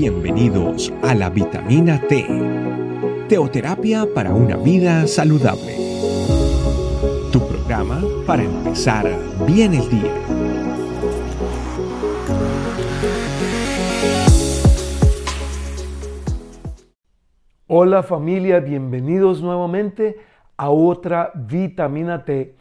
Bienvenidos a la Vitamina T, teoterapia para una vida saludable. Tu programa para empezar bien el día. Hola familia, bienvenidos nuevamente a otra Vitamina T.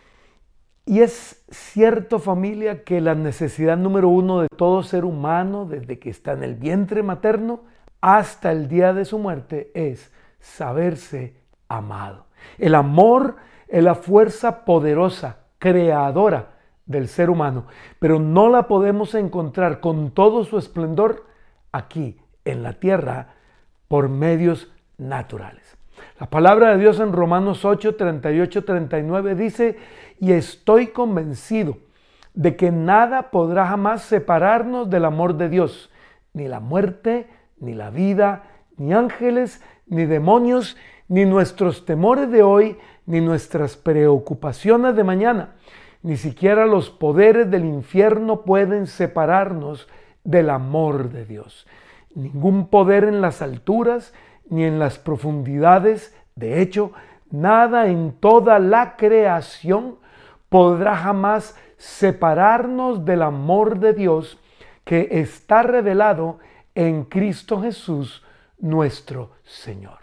Y es cierto, familia, que la necesidad número uno de todo ser humano, desde que está en el vientre materno hasta el día de su muerte, es saberse amado. El amor es la fuerza poderosa, creadora del ser humano, pero no la podemos encontrar con todo su esplendor aquí en la tierra por medios naturales. La palabra de Dios en Romanos 8, 38, 39 dice: y estoy convencido de que nada podrá jamás separarnos del amor de Dios, ni la muerte, ni la vida, ni ángeles, ni demonios, ni nuestros temores de hoy, ni nuestras preocupaciones de mañana, ni siquiera los poderes del infierno pueden separarnos del amor de Dios. Ningún poder en las alturas ni en las profundidades, de hecho, nada en toda la creación podrá jamás separarnos del amor de Dios que está revelado en Cristo Jesús, nuestro Señor.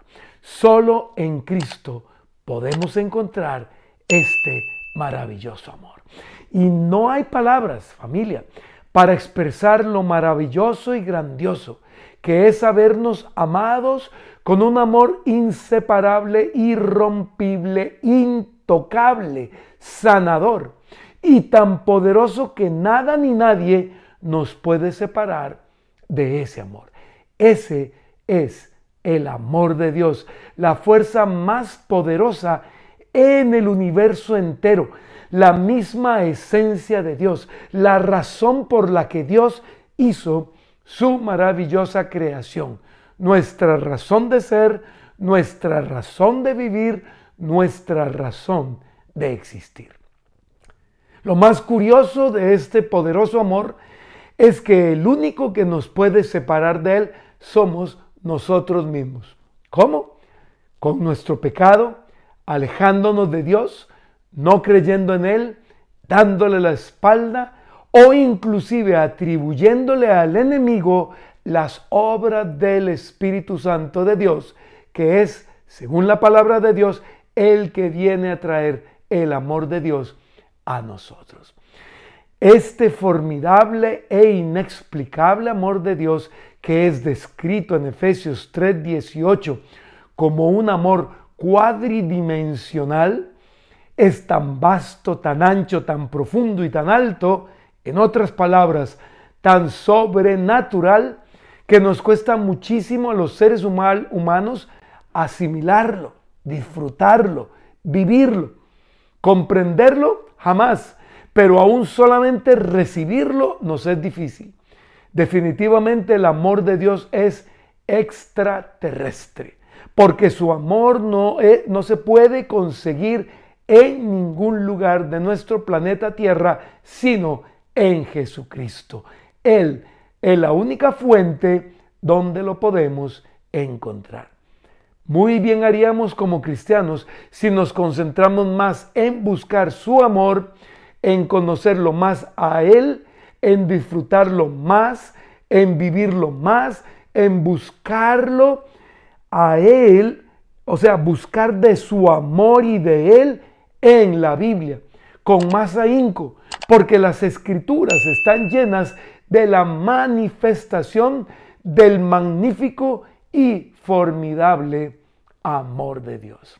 Solo en Cristo podemos encontrar este maravilloso amor. Y no hay palabras, familia, para expresar lo maravilloso y grandioso que es habernos amados con un amor inseparable, irrompible, intocable, sanador y tan poderoso que nada ni nadie nos puede separar de ese amor. Ese es el amor de Dios, la fuerza más poderosa en el universo entero, la misma esencia de Dios, la razón por la que Dios hizo su maravillosa creación, nuestra razón de ser, nuestra razón de vivir, nuestra razón de existir. Lo más curioso de este poderoso amor es que el único que nos puede separar de él somos nosotros mismos. ¿Cómo? Con nuestro pecado, alejándonos de Dios, no creyendo en él, dándole la espalda, o inclusive atribuyéndole al enemigo las obras del Espíritu Santo de Dios, que es, según la palabra de Dios, el que viene a traer el amor de Dios a nosotros. Este formidable e inexplicable amor de Dios, que es descrito en Efesios 3:18 como un amor cuadridimensional, es tan vasto, tan ancho, tan profundo y tan alto, en otras palabras, tan sobrenatural, que nos cuesta muchísimo a los seres humanos asimilarlo, disfrutarlo, vivirlo. Comprenderlo, jamás, pero aún solamente recibirlo nos es difícil. Definitivamente el amor de Dios es extraterrestre, porque su amor no se puede conseguir en ningún lugar de nuestro planeta Tierra, sino en Jesucristo. Él es la única fuente donde lo podemos encontrar. Muy bien haríamos como cristianos si nos concentramos más en buscar su amor, en conocerlo más a Él, en disfrutarlo más, en vivirlo más, en buscarlo a Él, o sea, buscar de su amor y de Él en la Biblia, con más ahínco, porque las Escrituras están llenas de la manifestación del magnífico y formidable amor de Dios.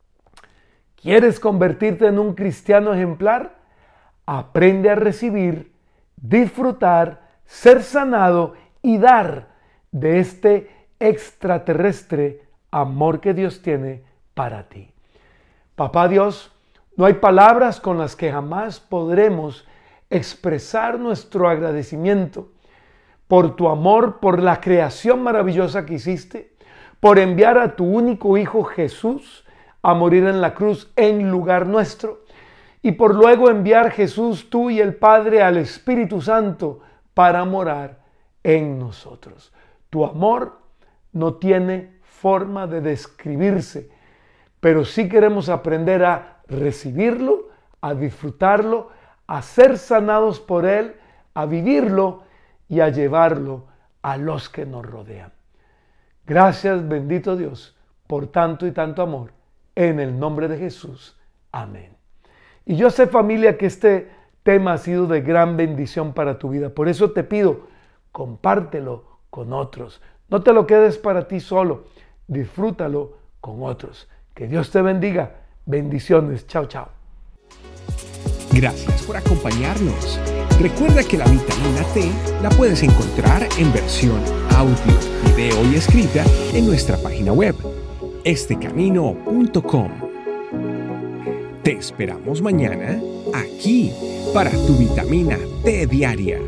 ¿Quieres convertirte en un cristiano ejemplar? Aprende a recibir, disfrutar, ser sanado y dar de este extraterrestre amor que Dios tiene para ti. Papá Dios, no hay palabras con las que jamás podremos expresar nuestro agradecimiento por tu amor, por la creación maravillosa que hiciste, por enviar a tu único Hijo Jesús a morir en la cruz en lugar nuestro, y por luego enviar Jesús, tú y el Padre, al Espíritu Santo para morar en nosotros. Tu amor no tiene forma de describirse, pero sí queremos aprender a recibirlo, a disfrutarlo, a ser sanados por Él, a vivirlo y a llevarlo a los que nos rodean. Gracias, bendito Dios, por tanto y tanto amor. En el nombre de Jesús. Amén. Y yo sé, familia, que este tema ha sido de gran bendición para tu vida. Por eso te pido, compártelo con otros. No te lo quedes para ti solo. Disfrútalo con otros. Que Dios te bendiga. Bendiciones. Chao, chao. Gracias por acompañarnos. Recuerda que la vitamina T la puedes encontrar en versión audio, video y escrita en nuestra página web, estecamino.com. Te esperamos mañana aquí para tu vitamina T diaria.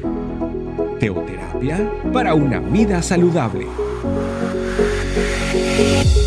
Teoterapia para una vida saludable.